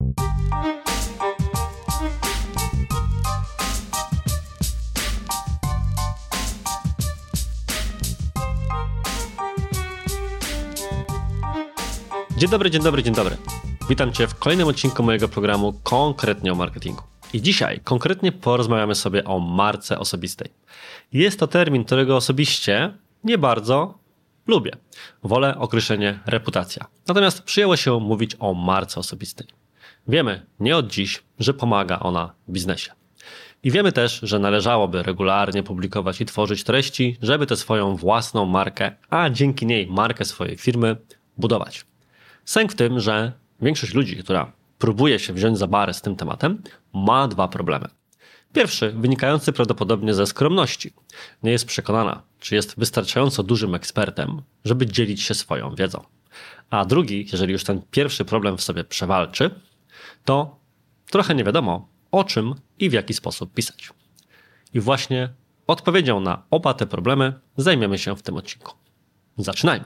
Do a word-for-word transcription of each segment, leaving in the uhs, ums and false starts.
Dzień dobry, dzień dobry, dzień dobry. Witam Cię w kolejnym odcinku mojego programu Konkretnie o marketingu. I dzisiaj konkretnie porozmawiamy sobie o marce osobistej. Jest to termin, którego osobiście nie bardzo lubię. Wolę określenie reputacja. Natomiast przyjęło się mówić o marce osobistej. Wiemy nie od dziś, że pomaga ona w biznesie. I wiemy też, że należałoby regularnie publikować i tworzyć treści, żeby tę swoją własną markę, a dzięki niej markę swojej firmy budować. Sęk w tym, że większość ludzi, która próbuje się wziąć za barę z tym tematem, ma dwa problemy. Pierwszy, wynikający prawdopodobnie ze skromności. Nie jest przekonana, czy jest wystarczająco dużym ekspertem, żeby dzielić się swoją wiedzą. A drugi, jeżeli już ten pierwszy problem w sobie przewalczy, to trochę nie wiadomo, o czym i w jaki sposób pisać. I właśnie odpowiedzią na oba te problemy zajmiemy się w tym odcinku. Zaczynajmy!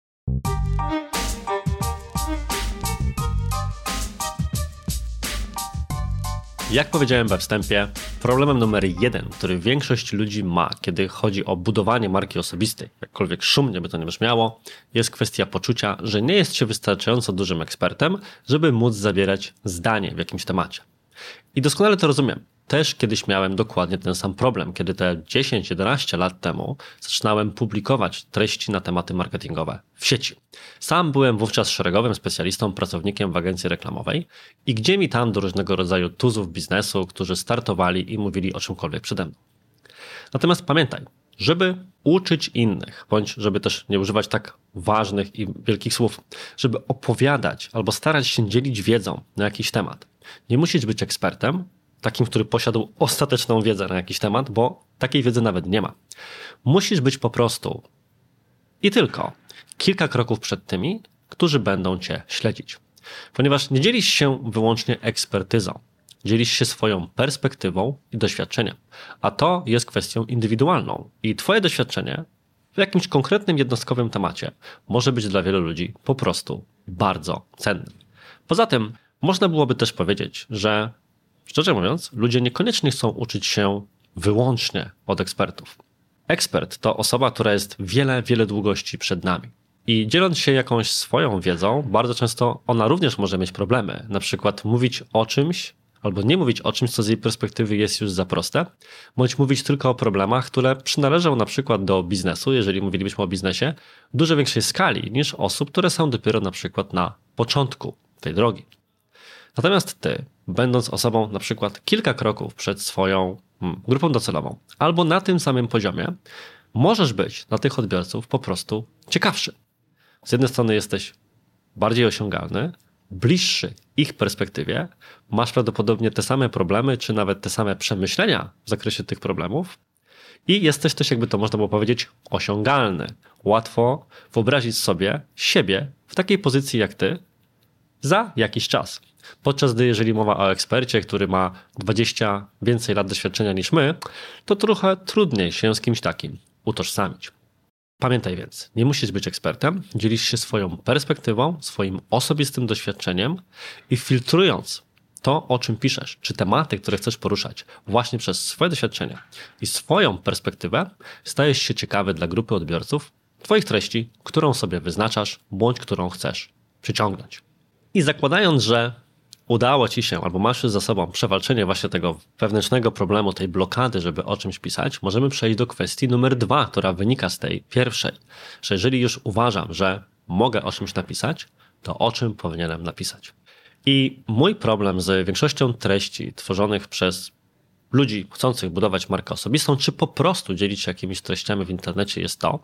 Jak powiedziałem we wstępie, problemem numer jeden, który większość ludzi ma, kiedy chodzi o budowanie marki osobistej, jakkolwiek szumnie by to nie brzmiało, jest kwestia poczucia, że nie jest się wystarczająco dużym ekspertem, żeby móc zabierać zdanie w jakimś temacie. I doskonale to rozumiem. Też kiedyś miałem dokładnie ten sam problem, kiedy te dziesięć jedenaście lat temu zaczynałem publikować treści na tematy marketingowe w sieci. Sam byłem wówczas szeregowym specjalistą, pracownikiem w agencji reklamowej i gdzie mi tam do różnego rodzaju tuzów biznesu, którzy startowali i mówili o czymkolwiek przede mną. Natomiast pamiętaj, żeby uczyć innych, bądź żeby też nie używać tak ważnych i wielkich słów, żeby opowiadać albo starać się dzielić wiedzą na jakiś temat, nie musisz być ekspertem, takim, który posiadł ostateczną wiedzę na jakiś temat, bo takiej wiedzy nawet nie ma. Musisz być po prostu i tylko kilka kroków przed tymi, którzy będą Cię śledzić. Ponieważ nie dzielisz się wyłącznie ekspertyzą, dzielisz się swoją perspektywą i doświadczeniem, a to jest kwestią indywidualną i Twoje doświadczenie w jakimś konkretnym, jednostkowym temacie może być dla wielu ludzi po prostu bardzo cenne. Poza tym można byłoby też powiedzieć, że szczerze mówiąc, ludzie niekoniecznie chcą uczyć się wyłącznie od ekspertów. Ekspert to osoba, która jest wiele, wiele długości przed nami. I dzieląc się jakąś swoją wiedzą, bardzo często ona również może mieć problemy. Na przykład mówić o czymś, albo nie mówić o czymś, co z jej perspektywy jest już za proste, bądź mówić tylko o problemach, które przynależą na przykład do biznesu, jeżeli mówilibyśmy o biznesie, w dużo większej skali niż osób, które są dopiero na przykład na początku tej drogi. Natomiast ty, będąc osobą na przykład kilka kroków przed swoją hmm, grupą docelową albo na tym samym poziomie, możesz być dla tych odbiorców po prostu ciekawszy. Z jednej strony jesteś bardziej osiągalny, bliższy ich perspektywie, masz prawdopodobnie te same problemy, czy nawet te same przemyślenia w zakresie tych problemów i jesteś też, jakby to można było powiedzieć, osiągalny. Łatwo wyobrazić sobie siebie w takiej pozycji jak ty za jakiś czas. Podczas gdy jeżeli mowa o ekspercie, który ma dwadzieścia więcej lat doświadczenia niż my, to trochę trudniej się z kimś takim utożsamić. Pamiętaj więc, nie musisz być ekspertem, dzielisz się swoją perspektywą, swoim osobistym doświadczeniem i filtrując to, o czym piszesz, czy tematy, które chcesz poruszać właśnie przez swoje doświadczenie i swoją perspektywę, stajesz się ciekawy dla grupy odbiorców Twoich treści, którą sobie wyznaczasz, bądź którą chcesz przyciągnąć. I zakładając, że udało Ci się, albo masz już za sobą przewalczenie właśnie tego wewnętrznego problemu, tej blokady, żeby o czymś pisać, możemy przejść do kwestii numer dwa, która wynika z tej pierwszej. Że jeżeli już uważam, że mogę o czymś napisać, to o czym powinienem napisać. I mój problem z większością treści tworzonych przez ludzi chcących budować markę osobistą, czy po prostu dzielić się jakimiś treściami w internecie jest to,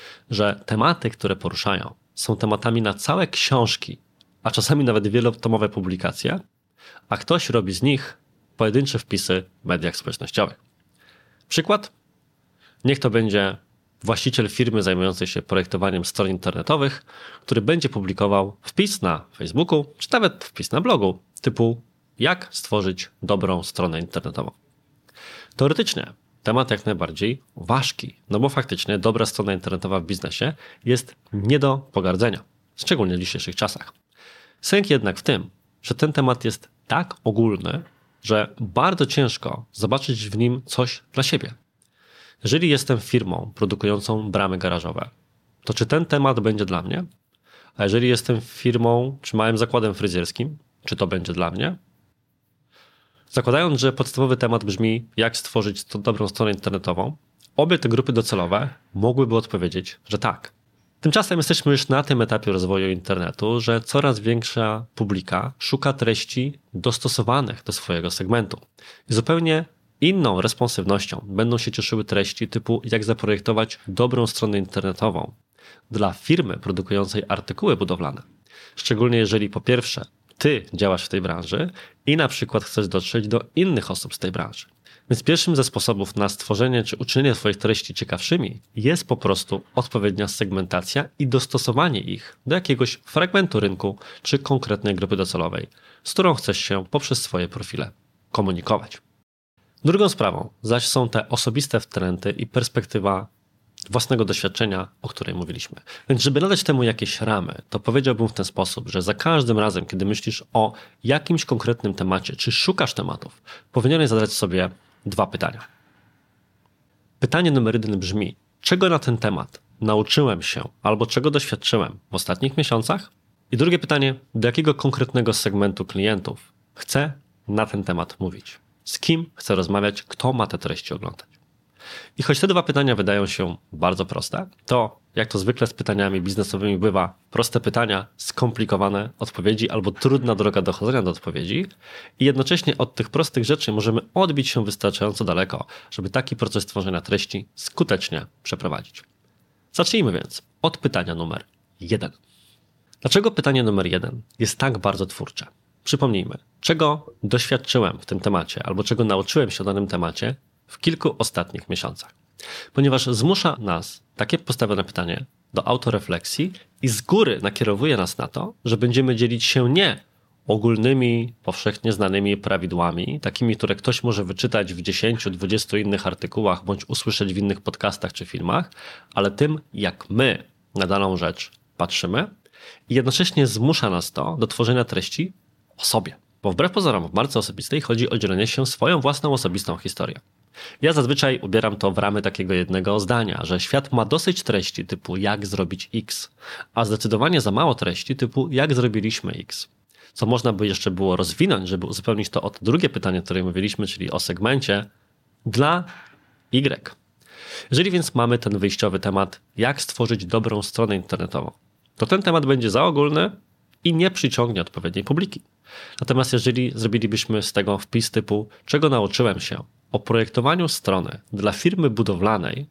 że tematy, które poruszają, są tematami na całe książki, a czasami nawet wielotomowe publikacje, a ktoś robi z nich pojedyncze wpisy w mediach społecznościowych. Przykład? Niech to będzie właściciel firmy zajmującej się projektowaniem stron internetowych, który będzie publikował wpis na Facebooku, czy nawet wpis na blogu, typu jak stworzyć dobrą stronę internetową. Teoretycznie temat jak najbardziej ważki, no bo faktycznie dobra strona internetowa w biznesie jest nie do pogardzenia, szczególnie w dzisiejszych czasach. Sęk jednak w tym, że ten temat jest tak ogólny, że bardzo ciężko zobaczyć w nim coś dla siebie. Jeżeli jestem firmą produkującą bramy garażowe, to czy ten temat będzie dla mnie? A jeżeli jestem firmą czy małym zakładem fryzjerskim, czy to będzie dla mnie? Zakładając, że podstawowy temat brzmi, jak stworzyć dobrą stronę internetową, obie te grupy docelowe mogłyby odpowiedzieć, że tak. Tymczasem jesteśmy już na tym etapie rozwoju internetu, że coraz większa publika szuka treści dostosowanych do swojego segmentu. I zupełnie inną responsywnością będą się cieszyły treści typu jak zaprojektować dobrą stronę internetową dla firmy produkującej artykuły budowlane. Szczególnie jeżeli po pierwsze ty działasz w tej branży i na przykład chcesz dotrzeć do innych osób z tej branży. Więc pierwszym ze sposobów na stworzenie czy uczynienie swoich treści ciekawszymi jest po prostu odpowiednia segmentacja i dostosowanie ich do jakiegoś fragmentu rynku czy konkretnej grupy docelowej, z którą chcesz się poprzez swoje profile komunikować. Drugą sprawą zaś są te osobiste trendy i perspektywa własnego doświadczenia, o której mówiliśmy. Więc żeby nadać temu jakieś ramy, to powiedziałbym w ten sposób, że za każdym razem, kiedy myślisz o jakimś konkretnym temacie, czy szukasz tematów, powinieneś zadać sobie dwa pytania. Pytanie numer jeden brzmi, czego na ten temat nauczyłem się albo czego doświadczyłem w ostatnich miesiącach? I drugie pytanie, do jakiego konkretnego segmentu klientów chcę na ten temat mówić? Z kim chcę rozmawiać, kto ma te treści oglądać? I choć te dwa pytania wydają się bardzo proste, to jak to zwykle z pytaniami biznesowymi bywa, proste pytania, skomplikowane odpowiedzi albo trudna droga dochodzenia do odpowiedzi i jednocześnie od tych prostych rzeczy możemy odbić się wystarczająco daleko, żeby taki proces tworzenia treści skutecznie przeprowadzić. Zacznijmy więc od pytania numer jeden. Dlaczego pytanie numer jeden jest tak bardzo twórcze? Przypomnijmy, czego doświadczyłem w tym temacie albo czego nauczyłem się o danym temacie w kilku ostatnich miesiącach. Ponieważ zmusza nas takie postawione pytanie do autorefleksji i z góry nakierowuje nas na to, że będziemy dzielić się nie ogólnymi, powszechnie znanymi prawidłami, takimi, które ktoś może wyczytać w dziesięciu, dwudziestu innych artykułach bądź usłyszeć w innych podcastach czy filmach, ale tym, jak my na daną rzecz patrzymy i jednocześnie zmusza nas to do tworzenia treści o sobie. Bo wbrew pozorom w marce osobistej chodzi o dzielenie się swoją własną osobistą historią. Ja zazwyczaj ubieram to w ramy takiego jednego zdania, że świat ma dosyć treści typu jak zrobić X, a zdecydowanie za mało treści typu jak zrobiliśmy X. Co można by jeszcze było rozwinąć, żeby uzupełnić to o to drugie pytanie, o którym mówiliśmy, czyli o segmencie dla Y. Jeżeli więc mamy ten wyjściowy temat, jak stworzyć dobrą stronę internetową, to ten temat będzie za ogólny i nie przyciągnie odpowiedniej publiki. Natomiast jeżeli zrobilibyśmy z tego wpis typu czego nauczyłem się o projektowaniu strony dla firmy budowlanej,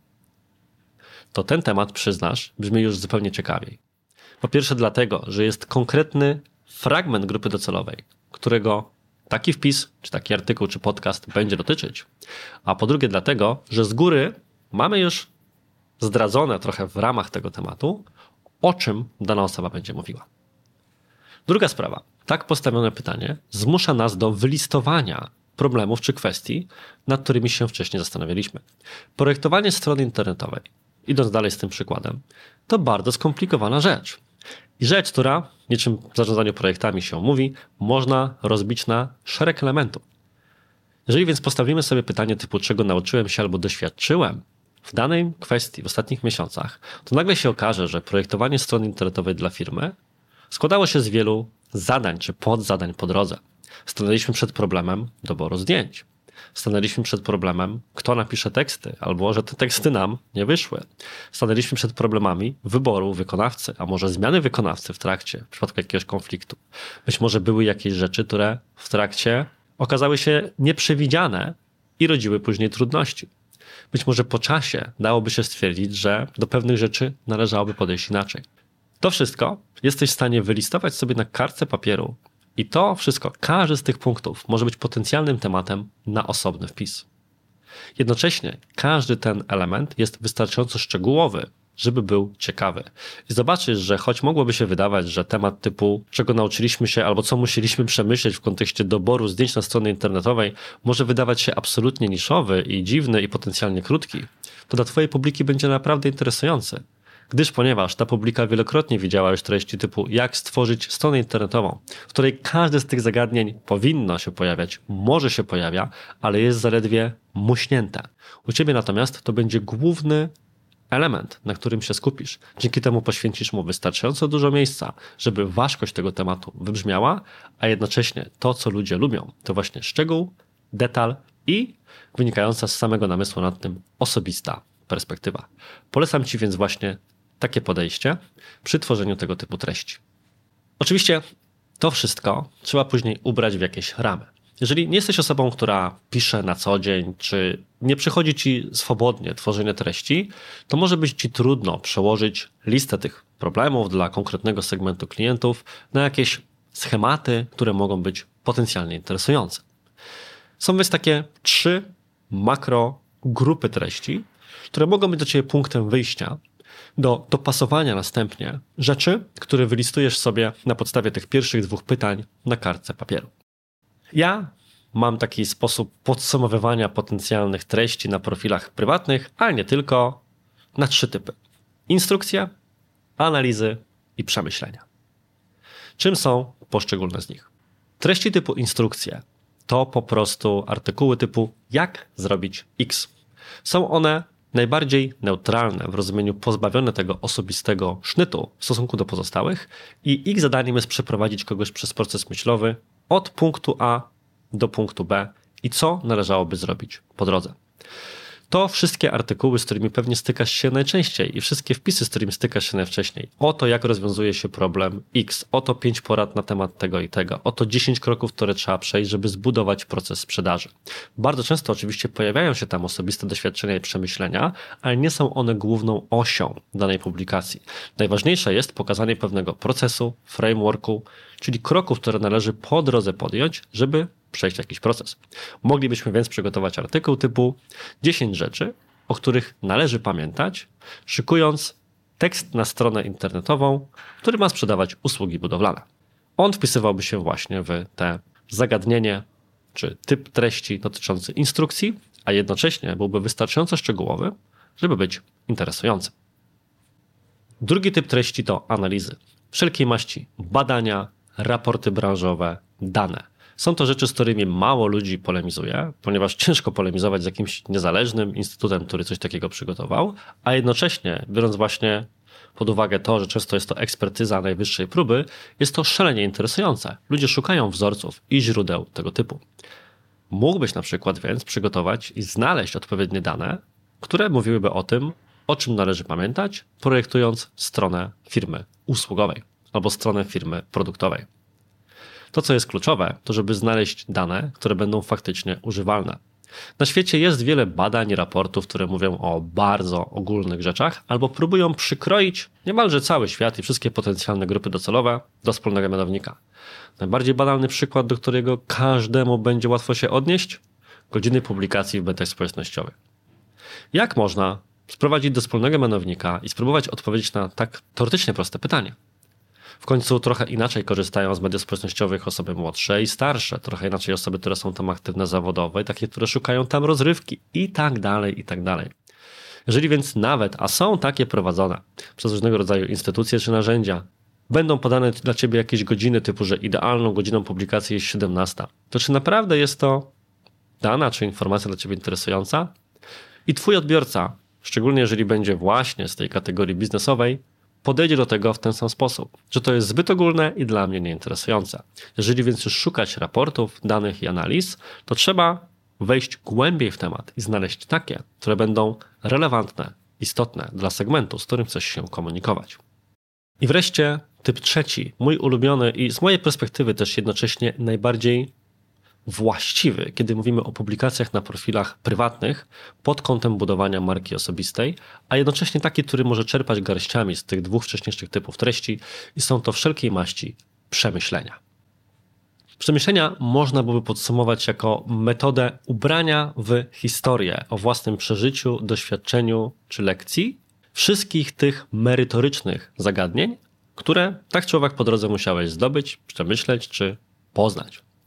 to ten temat, przyznasz, brzmi już zupełnie ciekawiej. Po pierwsze dlatego, że jest konkretny fragment grupy docelowej, którego taki wpis, czy taki artykuł, czy podcast będzie dotyczyć. A po drugie dlatego, że z góry mamy już zdradzone trochę w ramach tego tematu, o czym dana osoba będzie mówiła. Druga sprawa. Tak postawione pytanie zmusza nas do wylistowania problemów czy kwestii, nad którymi się wcześniej zastanawialiśmy. Projektowanie strony internetowej, idąc dalej z tym przykładem, to bardzo skomplikowana rzecz. I rzecz, która, niczym w zarządzaniu projektami się mówi, można rozbić na szereg elementów. Jeżeli więc postawimy sobie pytanie typu czego nauczyłem się albo doświadczyłem w danej kwestii w ostatnich miesiącach, to nagle się okaże, że projektowanie strony internetowej dla firmy składało się z wielu zadań czy podzadań po drodze. Stanęliśmy przed problemem doboru zdjęć. Stanęliśmy przed problemem, kto napisze teksty, albo że te teksty nam nie wyszły. Stanęliśmy przed problemami wyboru wykonawcy, a może zmiany wykonawcy w trakcie, w przypadku jakiegoś konfliktu. Być może były jakieś rzeczy, które w trakcie okazały się nieprzewidziane i rodziły później trudności. Być może po czasie dałoby się stwierdzić, że do pewnych rzeczy należałoby podejść inaczej. To wszystko jesteś w stanie wylistować sobie na kartce papieru i to wszystko, każdy z tych punktów może być potencjalnym tematem na osobny wpis. Jednocześnie każdy ten element jest wystarczająco szczegółowy, żeby był ciekawy. I zobaczysz, że choć mogłoby się wydawać, że temat typu czego nauczyliśmy się albo co musieliśmy przemyśleć w kontekście doboru zdjęć na stronie internetowej może wydawać się absolutnie niszowy i dziwny i potencjalnie krótki, to dla twojej publiki będzie naprawdę interesujący. Gdyż ponieważ ta publika wielokrotnie widziała już treści typu jak stworzyć stronę internetową, w której każde z tych zagadnień powinno się pojawiać, może się pojawia, ale jest zaledwie muśnięte. U Ciebie natomiast to będzie główny element, na którym się skupisz. Dzięki temu poświęcisz mu wystarczająco dużo miejsca, żeby ważkość tego tematu wybrzmiała, a jednocześnie to, co ludzie lubią, to właśnie szczegół, detal i wynikająca z samego namysłu nad tym osobista perspektywa. Polecam Ci więc właśnie takie podejście przy tworzeniu tego typu treści. Oczywiście to wszystko trzeba później ubrać w jakieś ramy. Jeżeli nie jesteś osobą, która pisze na co dzień, czy nie przychodzi Ci swobodnie tworzenie treści, to może być Ci trudno przełożyć listę tych problemów dla konkretnego segmentu klientów na jakieś schematy, które mogą być potencjalnie interesujące. Są więc takie trzy makro grupy treści, które mogą być do Ciebie punktem wyjścia do dopasowania następnie rzeczy, które wylistujesz sobie na podstawie tych pierwszych dwóch pytań na kartce papieru. Ja mam taki sposób podsumowywania potencjalnych treści na profilach prywatnych, ale nie tylko, na trzy typy. Instrukcje, analizy i przemyślenia. Czym są poszczególne z nich? Treści typu instrukcje to po prostu artykuły typu jak zrobić X. Są one najbardziej neutralne, w rozumieniu pozbawione tego osobistego sznytu w stosunku do pozostałych i ich zadaniem jest przeprowadzić kogoś przez proces myślowy od punktu A do punktu B i co należałoby zrobić po drodze. To wszystkie artykuły, z którymi pewnie stykasz się najczęściej i wszystkie wpisy, z którymi stykasz się najwcześniej. Oto jak rozwiązuje się problem X, oto pięć porad na temat tego i tego, oto dziesięć kroków, które trzeba przejść, żeby zbudować proces sprzedaży. Bardzo często oczywiście pojawiają się tam osobiste doświadczenia i przemyślenia, ale nie są one główną osią danej publikacji. Najważniejsze jest pokazanie pewnego procesu, frameworku, czyli kroków, które należy po drodze podjąć, żeby przejść jakiś proces. Moglibyśmy więc przygotować artykuł typu dziesięć rzeczy, o których należy pamiętać, szykując tekst na stronę internetową, który ma sprzedawać usługi budowlane. On wpisywałby się właśnie w te zagadnienie czy typ treści dotyczący instrukcji, a jednocześnie byłby wystarczająco szczegółowy, żeby być interesujący. Drugi typ treści to analizy. Wszelkiej maści badania, raporty branżowe, dane. Są to rzeczy, z którymi mało ludzi polemizuje, ponieważ ciężko polemizować z jakimś niezależnym instytutem, który coś takiego przygotował, a jednocześnie, biorąc właśnie pod uwagę to, że często jest to ekspertyza najwyższej próby, jest to szalenie interesujące. Ludzie szukają wzorców i źródeł tego typu. Mógłbyś na przykład więc przygotować i znaleźć odpowiednie dane, które mówiłyby o tym, o czym należy pamiętać, projektując stronę firmy usługowej albo stronę firmy produktowej. To, co jest kluczowe, to żeby znaleźć dane, które będą faktycznie używalne. Na świecie jest wiele badań i raportów, które mówią o bardzo ogólnych rzeczach albo próbują przykroić niemalże cały świat i wszystkie potencjalne grupy docelowe do wspólnego mianownika. Najbardziej banalny przykład, do którego każdemu będzie łatwo się odnieść, godziny publikacji w mediach społecznościowych. Jak można sprowadzić do wspólnego mianownika i spróbować odpowiedzieć na tak teoretycznie proste pytanie? W końcu trochę inaczej korzystają z mediów społecznościowych osoby młodsze i starsze, trochę inaczej osoby, które są tam aktywne zawodowo i takie, które szukają tam rozrywki i tak dalej, i tak dalej. Jeżeli więc nawet, a są takie prowadzone przez różnego rodzaju instytucje czy narzędzia, będą podane dla Ciebie jakieś godziny typu, że idealną godziną publikacji jest siedemnasta, to czy naprawdę jest to dana czy informacja dla Ciebie interesująca? I Twój odbiorca, szczególnie jeżeli będzie właśnie z tej kategorii biznesowej, podejdzie do tego w ten sam sposób, że to jest zbyt ogólne i dla mnie nieinteresujące. Jeżeli więc już szukać raportów, danych i analiz, to trzeba wejść głębiej w temat i znaleźć takie, które będą relevantne, istotne dla segmentu, z którym chcesz się komunikować. I wreszcie typ trzeci, mój ulubiony i z mojej perspektywy też jednocześnie najbardziej właściwy, kiedy mówimy o publikacjach na profilach prywatnych pod kątem budowania marki osobistej, a jednocześnie taki, który może czerpać garściami z tych dwóch wcześniejszych typów treści i są to wszelkiej maści przemyślenia. Przemyślenia można byłoby podsumować jako metodę ubrania w historię o własnym przeżyciu, doświadczeniu czy lekcji wszystkich tych merytorycznych zagadnień, które tak czy owak po drodze musiałeś zdobyć, przemyśleć czy poznać.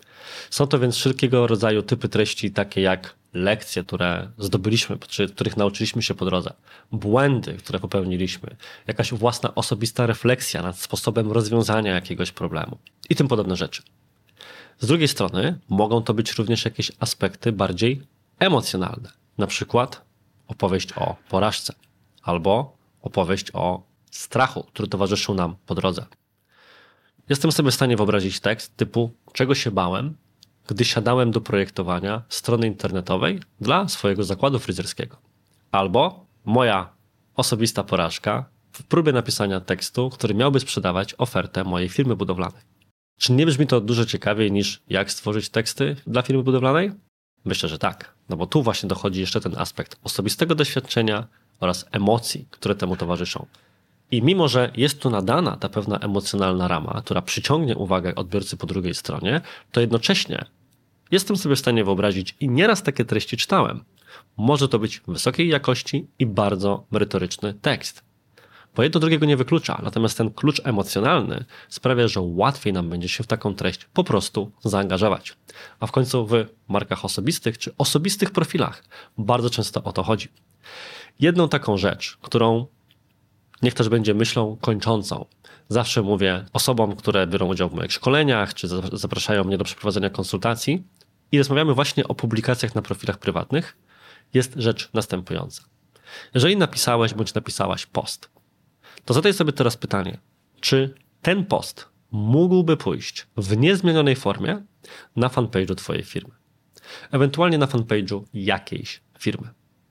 Są to więc wszelkiego rodzaju typy treści, takie jak lekcje, które zdobyliśmy, czy których nauczyliśmy się po drodze, błędy, które popełniliśmy, jakaś własna osobista refleksja nad sposobem rozwiązania jakiegoś problemu i tym podobne rzeczy. Z drugiej strony mogą to być również jakieś aspekty bardziej emocjonalne, na przykład opowieść o porażce albo opowieść o strachu, który towarzyszył nam po drodze. Jestem sobie w stanie wyobrazić tekst typu czego się bałem, gdy siadałem do projektowania strony internetowej dla swojego zakładu fryzjerskiego. Albo moja osobista porażka w próbie napisania tekstu, który miałby sprzedawać ofertę mojej firmy budowlanej. Czy nie brzmi to dużo ciekawiej niż jak stworzyć teksty dla firmy budowlanej? Myślę, że tak, no bo tu właśnie dochodzi jeszcze ten aspekt osobistego doświadczenia oraz emocji, które temu towarzyszą. I mimo, że jest tu nadana ta pewna emocjonalna rama, która przyciągnie uwagę odbiorcy po drugiej stronie, to jednocześnie jestem sobie w stanie wyobrazić i nieraz takie treści czytałem. Może to być wysokiej jakości i bardzo merytoryczny tekst. Bo jedno drugiego nie wyklucza, natomiast ten klucz emocjonalny sprawia, że łatwiej nam będzie się w taką treść po prostu zaangażować. A w końcu w markach osobistych czy osobistych profilach bardzo często o to chodzi. Jedną taką rzecz, którą niech też będzie myślą kończącą. Zawsze mówię osobom, które biorą udział w moich szkoleniach, czy zapraszają mnie do przeprowadzenia konsultacji i rozmawiamy właśnie o publikacjach na profilach prywatnych, jest rzecz następująca. Jeżeli napisałeś bądź napisałaś post, to zadaj sobie teraz pytanie, czy ten post mógłby pójść w niezmienionej formie na fanpage'u twojej firmy, ewentualnie na fanpage'u jakiejś firmy.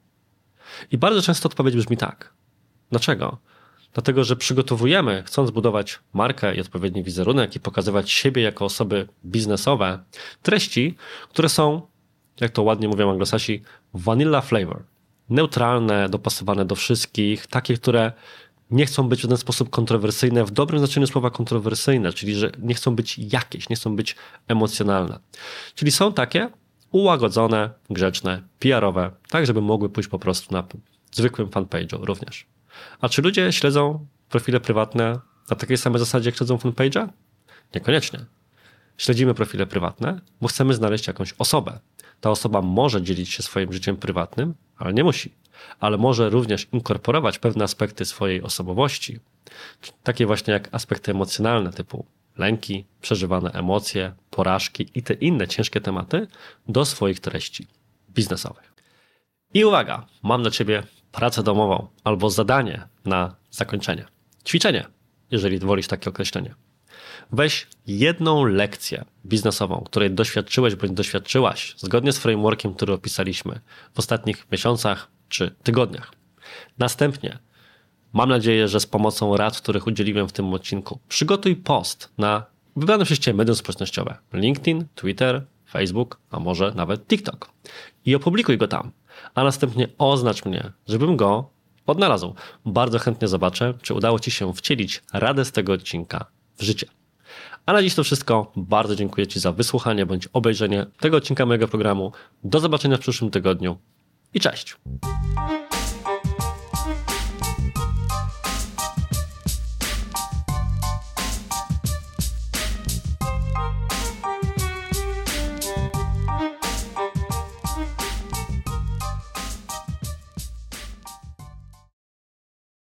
I bardzo często odpowiedź brzmi tak. Dlaczego? Dlatego, że przygotowujemy, chcąc budować markę i odpowiedni wizerunek i pokazywać siebie jako osoby biznesowe, treści, które są, jak to ładnie mówią anglosasi, vanilla flavor. Neutralne, dopasowane do wszystkich, takie, które nie chcą być w żaden sposób kontrowersyjne, w dobrym znaczeniu słowa kontrowersyjne, czyli że nie chcą być jakieś, nie chcą być emocjonalne. Czyli są takie ułagodzone, grzeczne, P R-owe, tak żeby mogły pójść po prostu na zwykłym fanpage'u również. A czy ludzie śledzą profile prywatne na takiej samej zasadzie, jak śledzą fanpage'a? Niekoniecznie. Śledzimy profile prywatne, bo chcemy znaleźć jakąś osobę. Ta osoba może dzielić się swoim życiem prywatnym, ale nie musi. Ale może również inkorporować pewne aspekty swojej osobowości, takie właśnie jak aspekty emocjonalne typu lęki, przeżywane emocje, porażki i te inne ciężkie tematy do swoich treści biznesowych. I uwaga, mam dla ciebie pracę domową albo zadanie na zakończenie. Ćwiczenie, jeżeli wolisz takie określenie. Weź jedną lekcję biznesową, której doświadczyłeś bądź doświadczyłaś zgodnie z frameworkiem, który opisaliśmy w ostatnich miesiącach czy tygodniach. Następnie, mam nadzieję, że z pomocą rad, których udzieliłem w tym odcinku, przygotuj post na wybrane przez ciebie medium społecznościowe. LinkedIn, Twitter, Facebook, a może nawet TikTok. I opublikuj go tam. A następnie oznacz mnie, żebym go odnalazł. Bardzo chętnie zobaczę, czy udało ci się wcielić radę z tego odcinka w życie. A na dziś to wszystko. Bardzo dziękuję ci za wysłuchanie bądź obejrzenie tego odcinka mojego programu. Do zobaczenia w przyszłym tygodniu i cześć!